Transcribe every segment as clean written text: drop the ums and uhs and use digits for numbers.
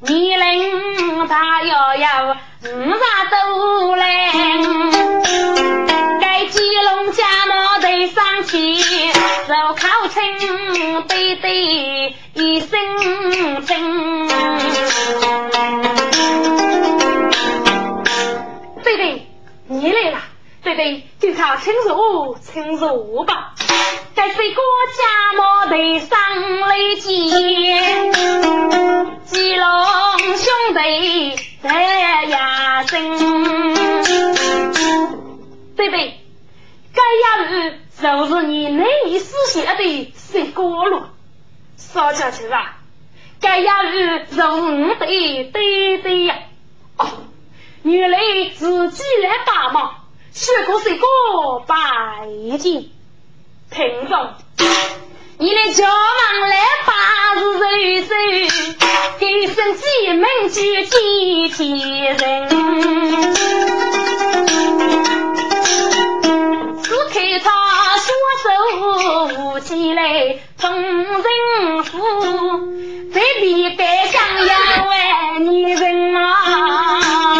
你领他要啥都来，该鸡笼家毛得上去，手靠称对对一声称。对对，你来了，对对，就靠称手吧。该谁国家毛得上来接，鸡笼兄弟在呀声。对对，该呀就是你难以实现的谁国了。说下去吧，该呀就是对呀。哦，原来自己来帮忙，学过谁国百斤。听众，你的脚忙来把子手，给生气门去机器人。只看他双手舞起来同人妇，这比该想要万女人啊！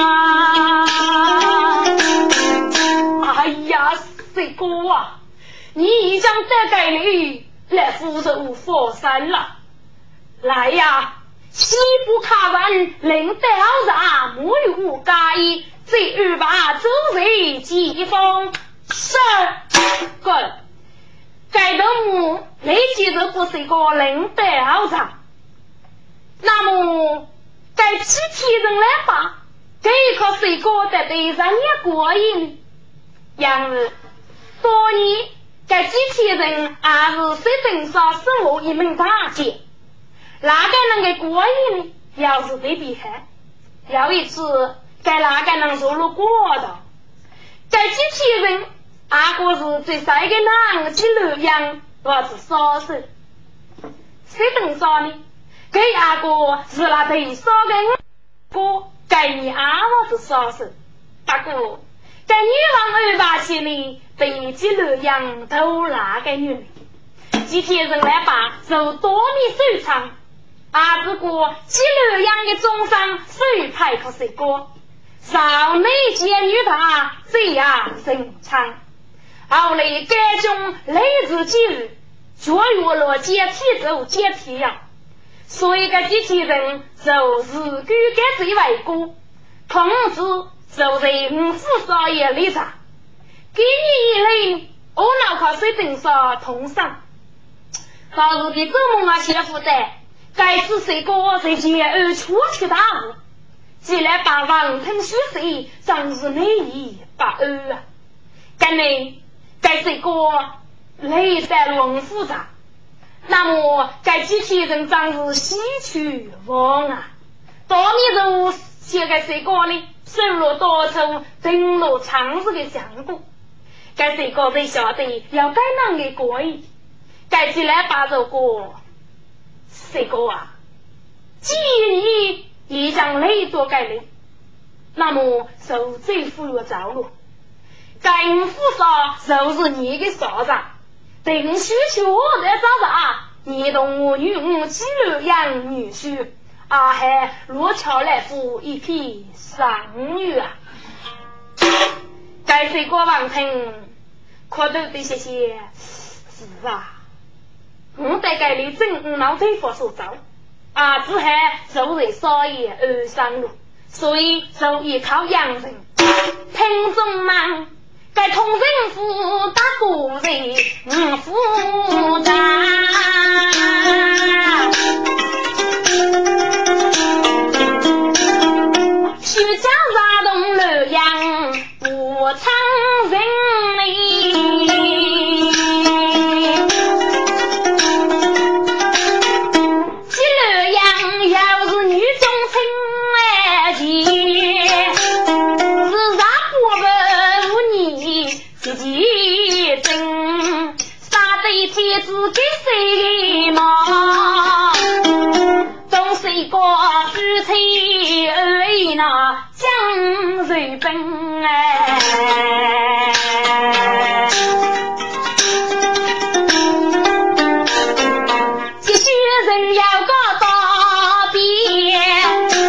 哎呀，谁哥啊！你已将这个女来扶着佛山了，来呀！西部卡完领带上母语无加一，这二把周围疾风是滚。该的母累积的不是个领带上，那么该集体人来吧，这可是个的对上也过瘾。然而多年该机器人还是谁等上生活一门大劫，哪个能给过瘾？要是对比看，有一次该哪个能收入过的？该机器人阿哥是最晒个男去留样，我是烧手。谁等上呢？该阿哥是那对烧个哥，该你阿我是烧手。大哥。在女王287里被记录羊头那个女人，几天人来把受多米手长，阿不过记录羊的中伤手派可是过，少内见女他这样正常。后来该中类似记录，绝有了接体走接体呀，所以个机器人就是据该最外国同时就在5副少爷里上，给你一类我脑壳水顶上同上，到时的这么些负担，该是谁个在前而出去大户，既然把王腾虚谁，真是内意把啊！跟你该谁个累在龙复杂，那么该机器人真是西去王啊！多米人写给谁个呢？收入多出登陆长子的强度，该谁个在晓得要该能给过瘾，该起来把这个谁个啊？既你已将累多改累，那么受罪负有着落，该负上就是你的所长，等需求的早上，你同我女妻养女婿。还罗桥来扶一匹商女啊！该谁过王腾，可都得些是啊！我在该里正脑肺佛所找，只还受人少爷而上路，所以就依靠洋人。听众们，该同人夫打个人负担。徐家大动了样，不唱人美。这了样要是女中称情，是啥不问你自己争，杀对天子给谁忙？东西过是谁而已呢？江水奔继续人要个大变，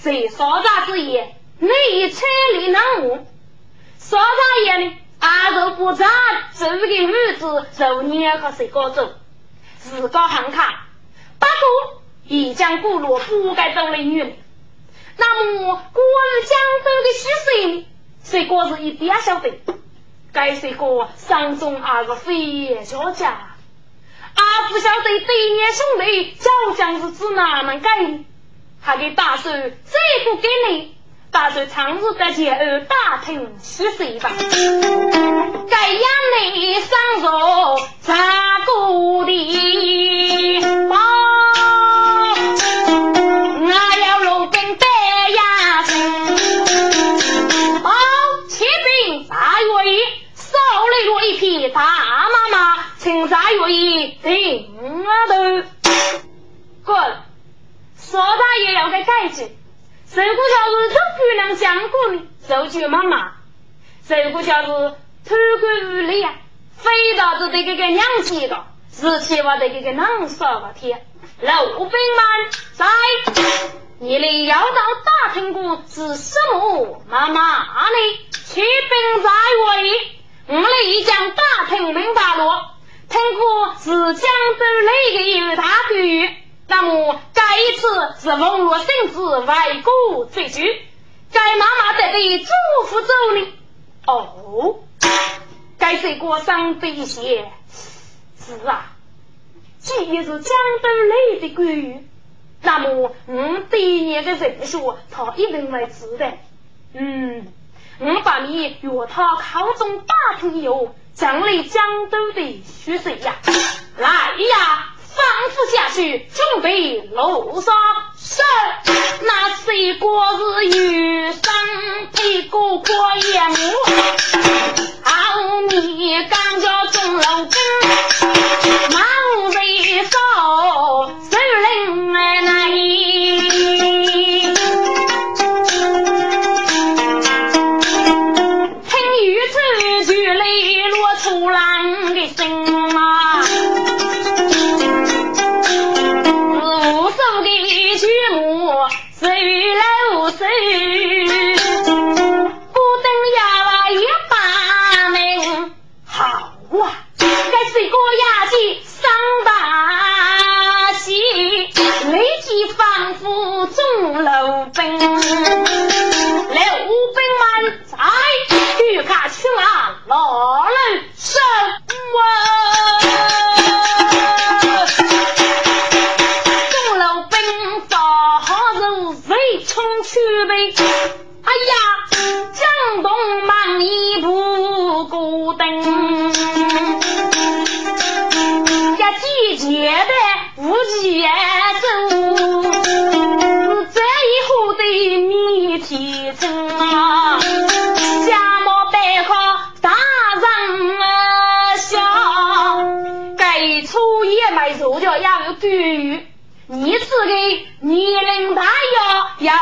在所在之言，你以千里能无？所在言呢？阿斗不在，这个日子就年可谁过走？自个很看，不过已将部落不该走了远。那么过日江州的虚岁，谁过是一点晓得？该谁过上中阿个非小家，阿不晓得对年兄弟交将是指哪能改呢？还给大叔这不给你。大嘴长日的解而大听虚岁吧，该养你上手查故地包，我要路兵带呀包骑兵在位，手里落一匹大妈妈，请在位顶头滚，说大也要给改制。这个就是都不能讲过你，手举妈妈。这个就是偷窥无力啊，非到这这个娘气的，是期望的这个能说个天。老兵们在，你们要到大厅过是什么妈妈呢？骑兵在位，我们已将大厅明白了，听过是江州那个有大局。那么该一次是网络性质外国追剧，该妈妈得的祝福走呢。哦，该谁过上的一些是啊，既也是江州类的归于，那么第一年的人数他一定会知的。我把你约他考中大厅以后，奖励江州的虚岁呀，来呀！放付下去，准备楼上是那谁过日雨上配过过眼目，好你刚叫中楼根忙为手手令来听雨之句泪落出浪的声啊，谁老谁不等呀一把命好啊，该谁过呀去上大戏，立即仿佛中楼兵，老兵们在御卡去啊，老人什冲去呗！哎呀，江东忙一步孤灯，呀季节的无节奏，这以后的谜题真啊，家莫背后大人笑，该出也买手脚要有对。你是给你领大要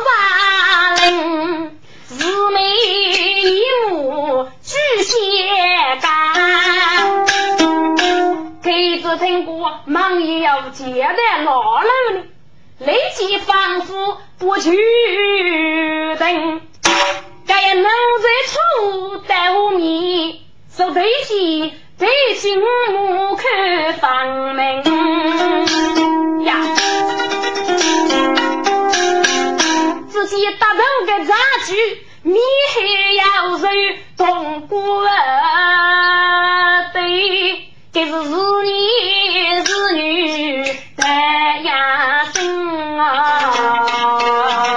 530，日美一幕巨蟹干，给这听过忙也要接的老人，立即仿佛不去等，该能在处待我米，手对起对起木刻方门呀，自己打头个杂剧，你还要是动过对，这是儿女的呀生啊！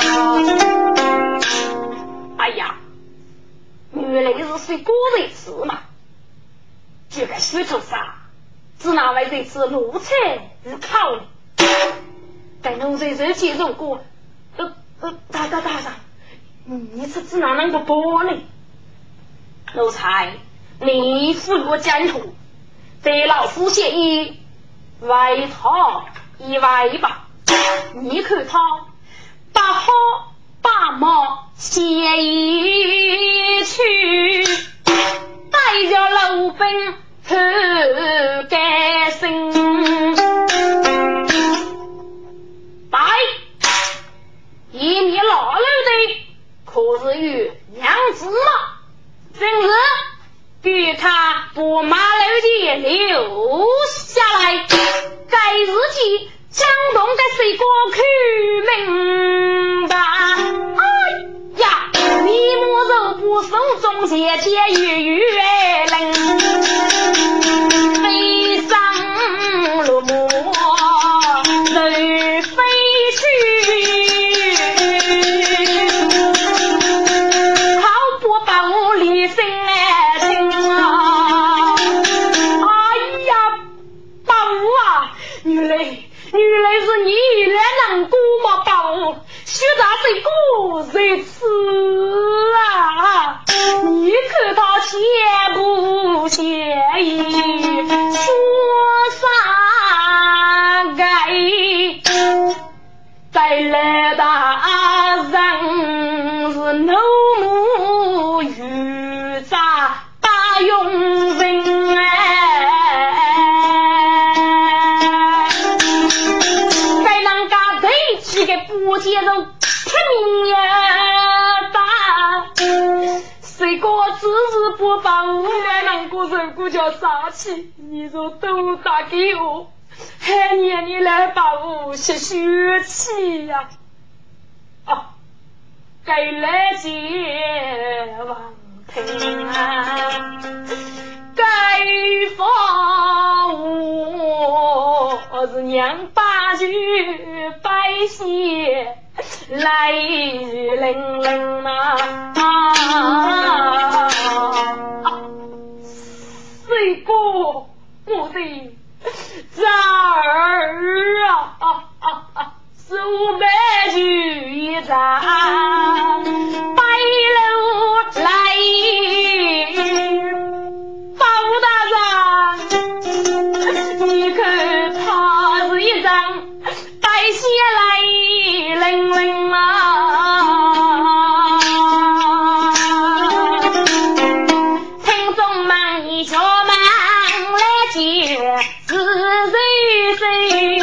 哎呀，原来是睡过日子嘛，这个水头上只拿来这次路菜是靠的。在农村人接受过，大上，你是只哪能不播呢？奴才，你负我江湖，对老夫协议，外套以外吧。你看他把好把毛协议去，带着老兵去改生。白一给你老了的，可是与娘子嘛，真是给他把马路的留下来，该日记江东的水果去明白。哎呀，你莫肉不手中姐姐与人飞上了魔人飞去，好不把我理性情啊！哎呀，宝啊，原来是你来能过吗？宝，学长是故事词啊！你可他切不介意说啥该再来大人是怒目与杂大用人该能干对起给不接受拼命打谁个只是不把我来能过人过叫杀气你说都打给我还念你来把我吸血气呀啊该来接王平啊该放我是娘八句白血来冷冷谁个我的这儿是我白句一张白楼来包大人你看他是一张白血来冷冷听众们你就们来接是谁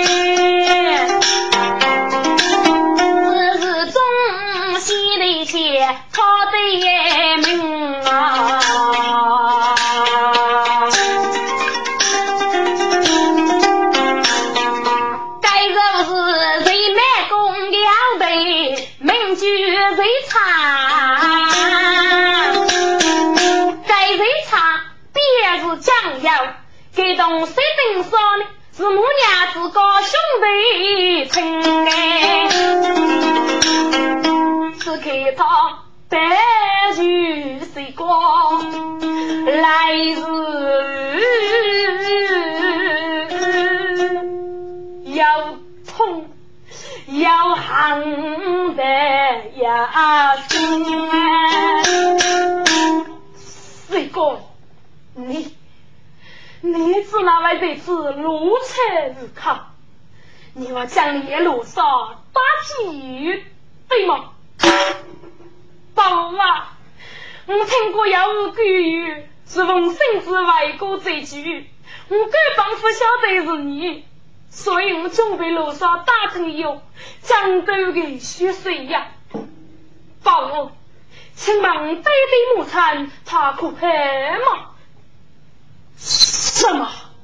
这是中西的些他的命该就是谁卖公了的名句谁差该谁差别是酱油给东西顶上呢是母娘子个兄弟亲是给他白玉水光来日要痛要行的呀水光你是哪位这次如车日康你要将你路上打起对吗宝啊我听过有句语是奉圣旨外国这句我根本不晓得是你所以我准备路上打听有江州的血水呀宝请问对对母亲他可黑吗什么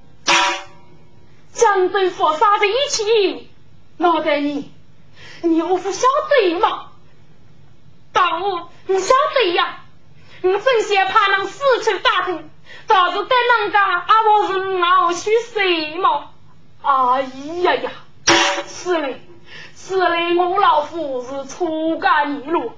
江州佛杀在一起脑袋你不晓得吗宝你晓得呀我真些怕能四处打听到时在人家我是熬去谁吗哎呀呀是嘞我老夫是出家泥路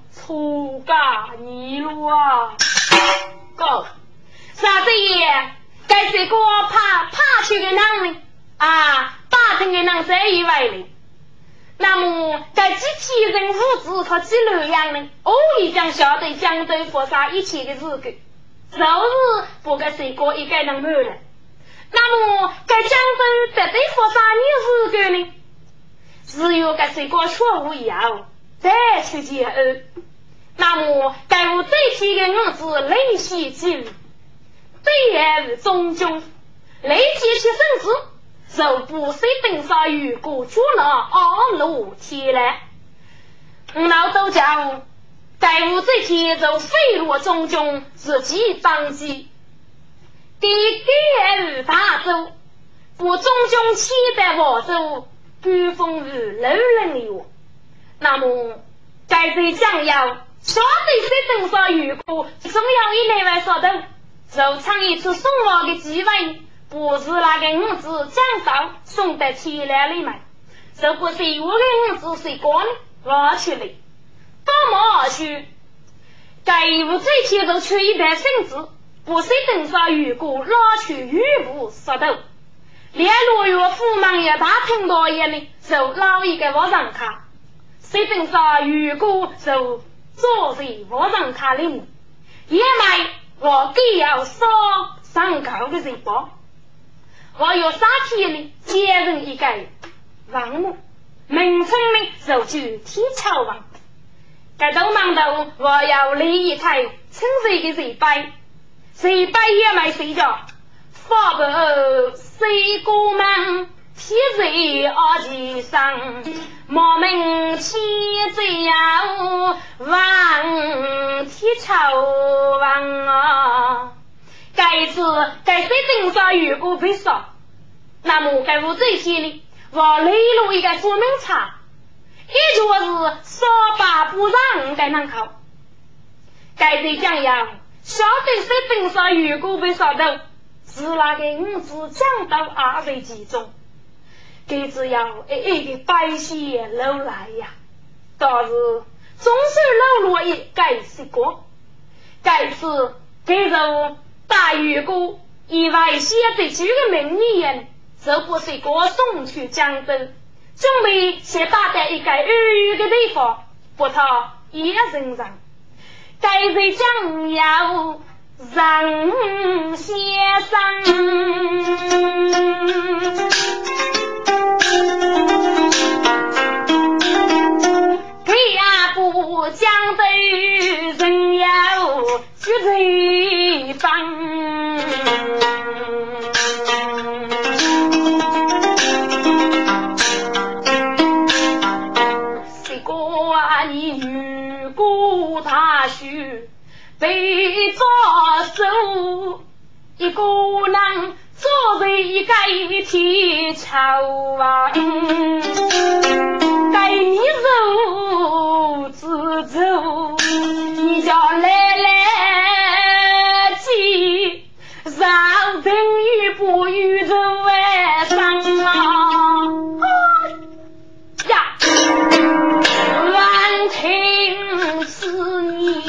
啊够啥子也该谁个怕去给哪里打听给哪谁以外的那么该几体人物质和几流样呢已经晓得江州佛杀一起的日子就是不该谁个一个能没了那么该江州在对佛杀你日子呢只有该谁个说无要再去解那么该我这期的日子累细尽对也中中累积起身子手不虽登上雨过出了二路天来老都叫该无这天就飞落中中，自己当机。第第二大洲，我中中期待我州，御风雨楼人流。那么，该这将要说对谁等上雨过，总要一内外说的，就唱一次送我的机会，不是那个五子将到送得起来里面，这不是我的五子谁管呢？我去了，多么去，该无这天都去一代圣子，不是等上雨过拉去雨布说的。连落月驸马也打听到眼里，就捞一个我上卡，谁等上雨过就坐在我上卡里，也买我既要说上高的这包，我有3天里接人一个王母，名称呢就去天朝王，该都忙到我要理一台称谁的谁拜，谁拜也买谁着。发个谁过门天水二级上，莫名其妙望天朝王啊！该次该谁顶上雨过被杀，那么该我这些呢？我雷路一个说明茶，也就是说把不让该难考。该谁讲呀？晓得谁顶上雨过被杀的？是那个五子讲到2位其中，给只要一个百姓楼来呀，倒是总是楼落一该是过，该是给着大雨过以外写这几个名言，这不是过送去江州，准备写大的一个耳语的地方，不他也认上，该是将要让先生给呀不讲的人要去这方，谁过啊你雨过大雪被抓手，一个人坐在一个天朝王，该你走自走，你叫来来去，让人与不与人外伤啊！呀，万听是你。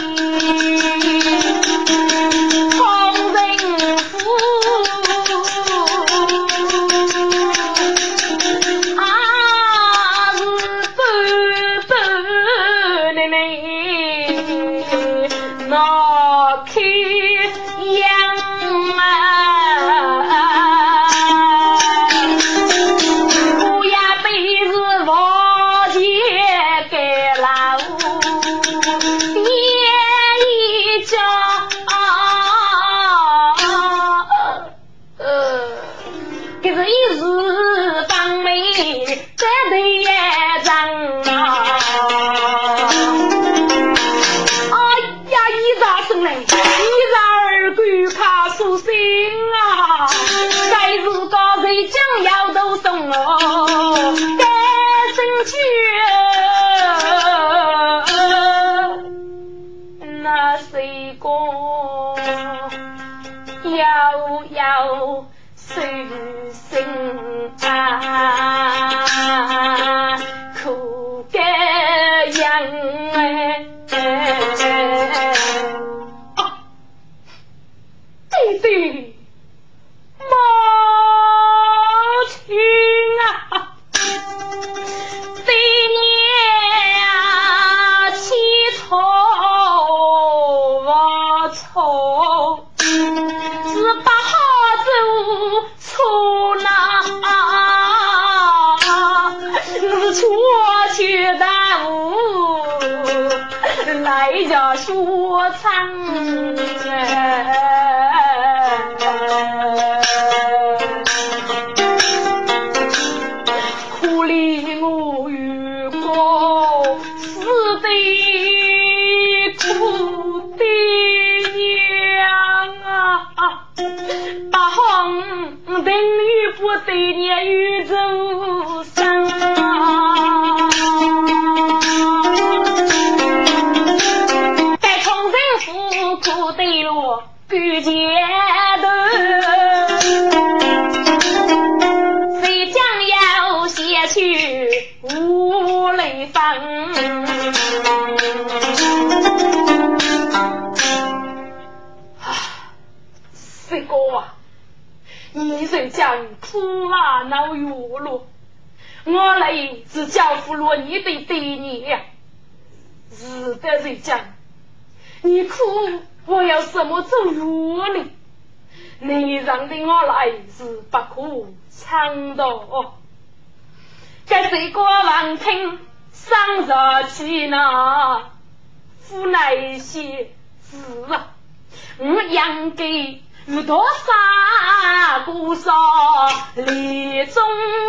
说唱苦里我遇过把红等于不对年宇宙上在从人府苦对落举街头谁将要写去无泪放这个啊你是讲苦啊恼忧了我来是教父了你的对你是的是讲你苦我要什么走路呢你让的我来是不苦唱的该这个王听上热气呢无奈些事啊我养给有多少故事里中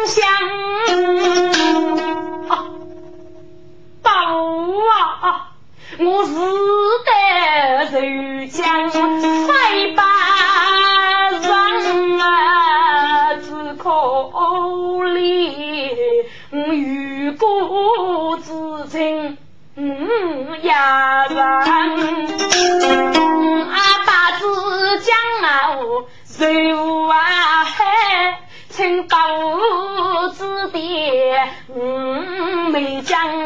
香宝啊我是的受将快把人自口里与故之情呀人把自将肉啊请到之地没将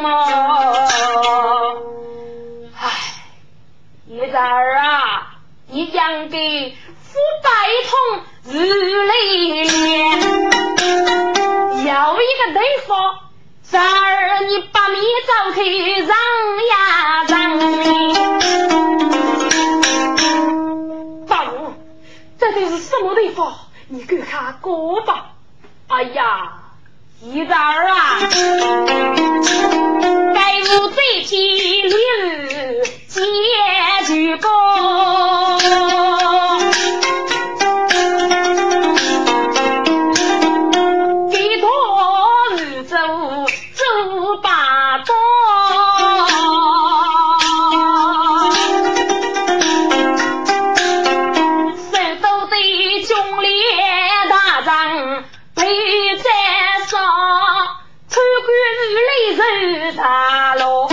一人啊一样的腐败痛日里面有一个对付这儿你把米找去让呀让宝这都是什么地方你给他过吧哎呀一人啊该无罪体力结局过给多日走走把多谁都得忠烈大仗陪在上出关日雷人大罗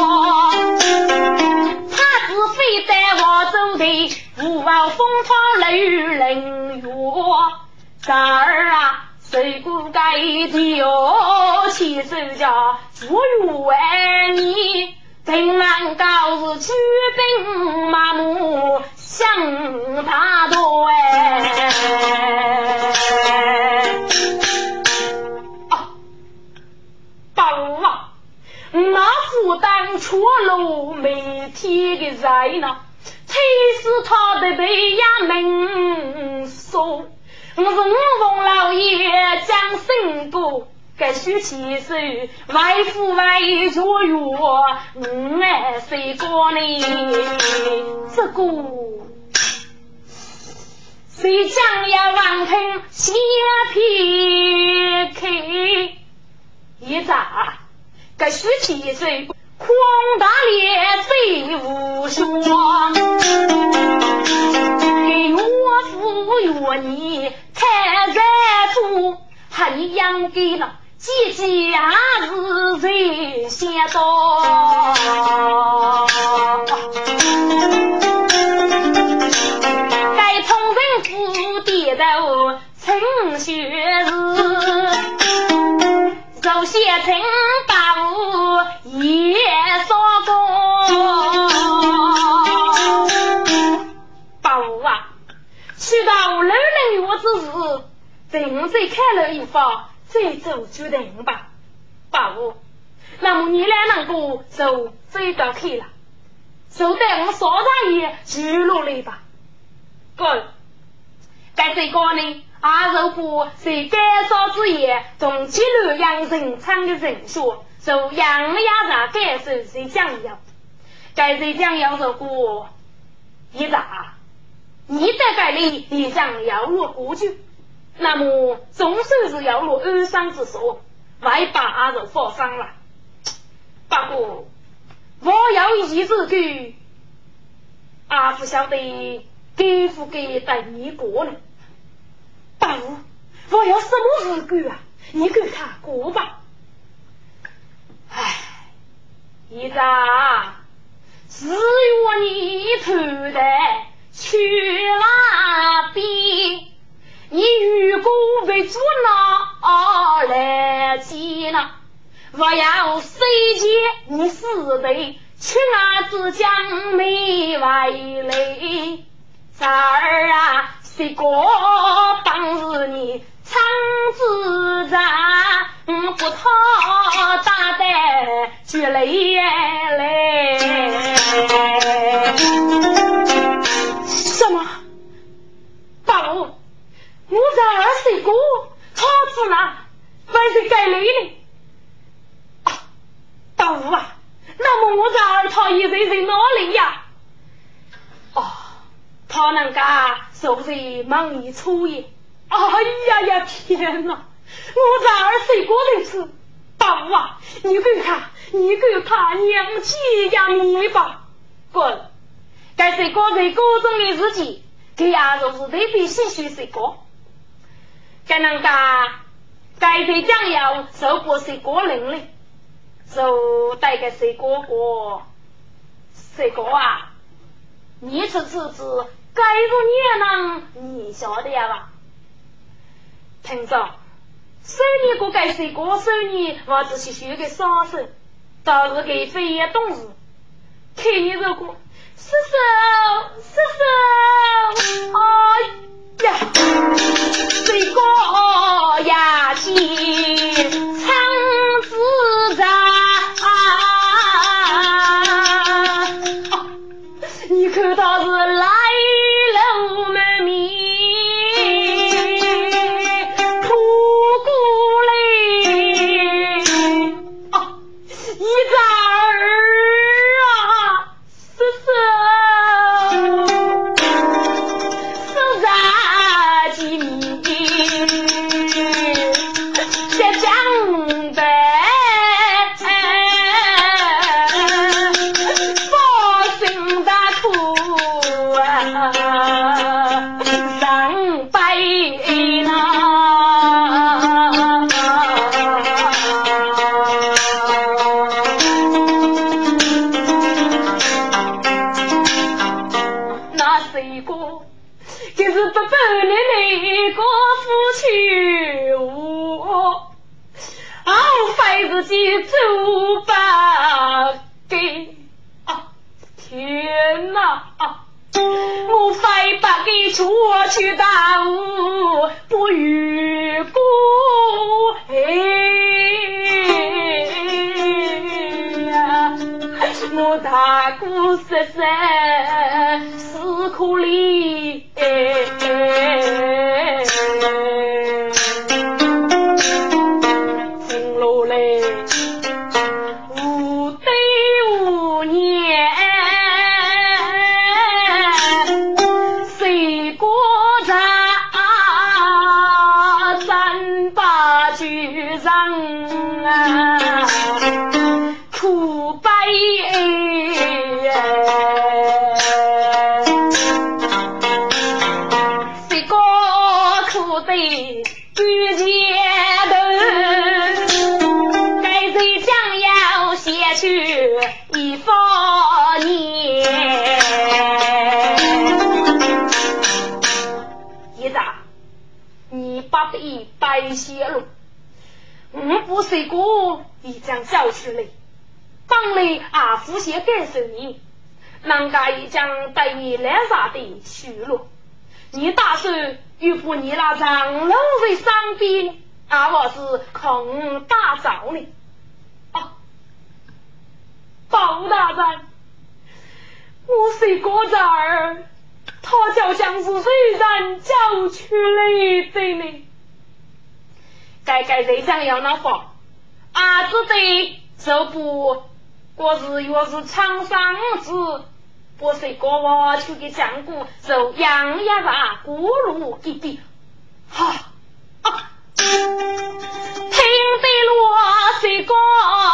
无傲风涛雷人哟这儿啊谁不该的哟其实叫主为你平安高是去兵马目向他多宝啊那负担错路没提的在呢其实他的对呀门说我是五老爷将身过该须其手外父外作哟谁过呢这个谁将要完成写皮开一咋该须其手狂大烈飞无双给我父与你开在处还养给了姐姐是谁写到该从人府跌到成学日手写成宝也说过宝啊去到人人我之时等再开了一发再走决定吧宝那么你俩能够走这个去了走在我所上也记录了吧哥该这个呢如果是该说之业从记录养人参的人数就养鸭杂该是谁酱油该谁酱油如果一杂你在该里你将要落过去那么总是要落哀伤之所外把阿肉放上了不过我要一字句不晓得给不给带你过呢大武，我有什么事干啊？你给他过吧。唉，一张只有你头的去那边，你如果被捉拿来接呢，我要谁接你死的去那只将没为累，这儿啊谁个当日你长子在不他打的绝累嘞。什么大武，我在谁个他子呢为谁该累呢？大武啊，那么我在他一人在哪里呀？他能干受在忙里出也。哎呀呀天哪，我在谁过的事？大武啊，你给他娘气呀你吧，滚！该谁过在高中的日记给亚洲是特别细许谁过，该能干该谁将要受过谁过人嘞，就带给谁过过谁过啊？你这次子该如你能你晓得呀吧？听着，虽你不该谁过虽你我只是学个杀手，倒是给非也懂事，看你这个是哎呀，谁过呀气长自在你可倒是来了我们面苦苦嘞一张走吧给天哪我非把给出去大雾不与故我大姑实在是苦里进路嘞无对无年谁国家三八局上苦悲谁个苦悲举街头该谁将要写去一方年一咋你把笔白写了不是个已将教去了帮你复写给谁你难该已将带你来啥的去了你打算与不你那长楼在上边我是空大早呢包大人我是国这儿他就像是虽然叫去了的呢该谁想要那方只得这不过是若是长上子不是国我去给讲过就样样把咕噜一滴听得我是个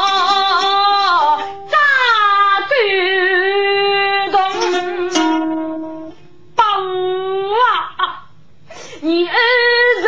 大举动包你儿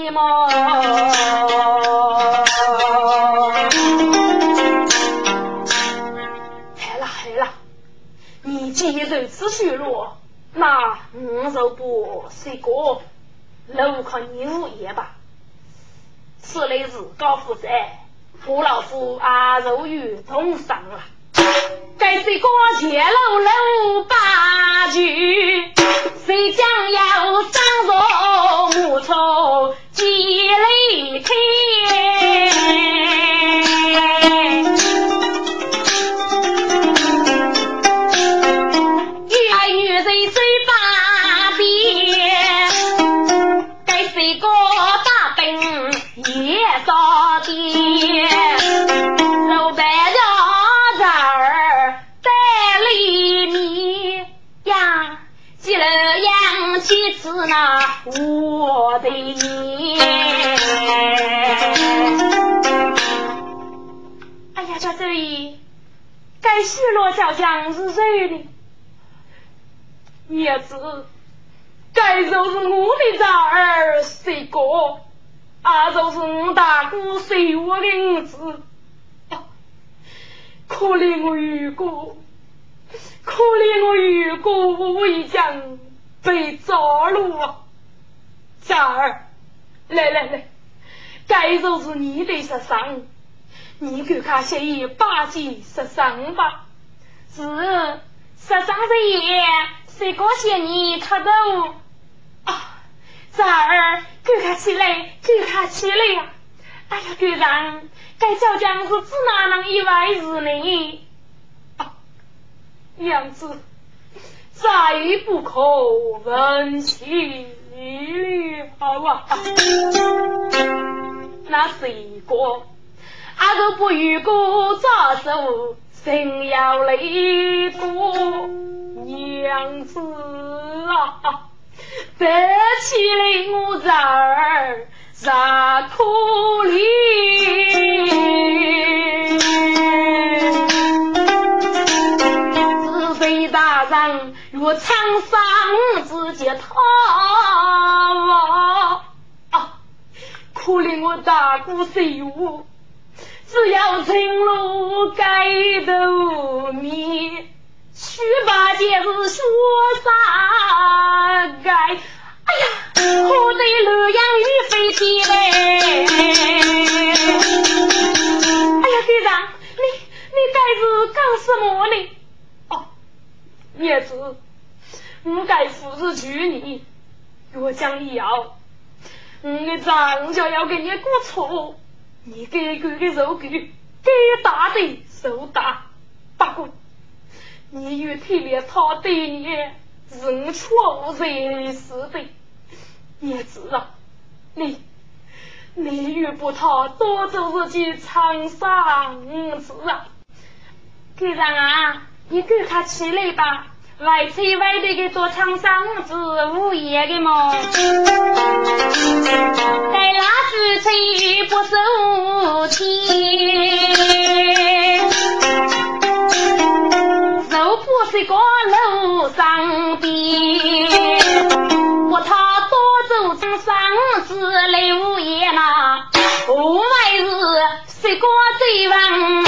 的么？好了，你既如此虚弱，那我就不睡过，留靠你无言吧。此类事高负责，我老夫阿肉与同上了。该谁过铁路楼八句，谁将要上座木头几雷天。其次那我的你，哎呀，这周一该许落小将是谁的？叶子，该就是我的崽儿谁个？就是我大姑随我的儿子。可怜我如果，可怜我如果我已将被抓了，崽儿，来，该就是你的杀伤，你给他写一8级杀伤吧。是杀伤这夜，谁个写你他都崽儿，给他起来呀！哎呀，队长，该小将是只哪能意外事呢？样子再不可问起了那谁个都不与过抓手真要累过样子得起来我崽儿啥可怜若沧桑直接逃可怜我大姑谁无只要情路该斗你去吧皆是说啥该哎呀我的乐阳与飞起嘞哎呀队长你该是干什么呢叶子我该扶持娶你我将你要我的长就要给你鼓错你给个肉骨给打的手打不过你与体力他对你人错人死的叶子你与不他多走自己长上子队长你给他起来吧外催外的给做长上子无业的么该拉子催不收钱肉不是个楼上边我他多走长上子来无业嘛无外是谁个最王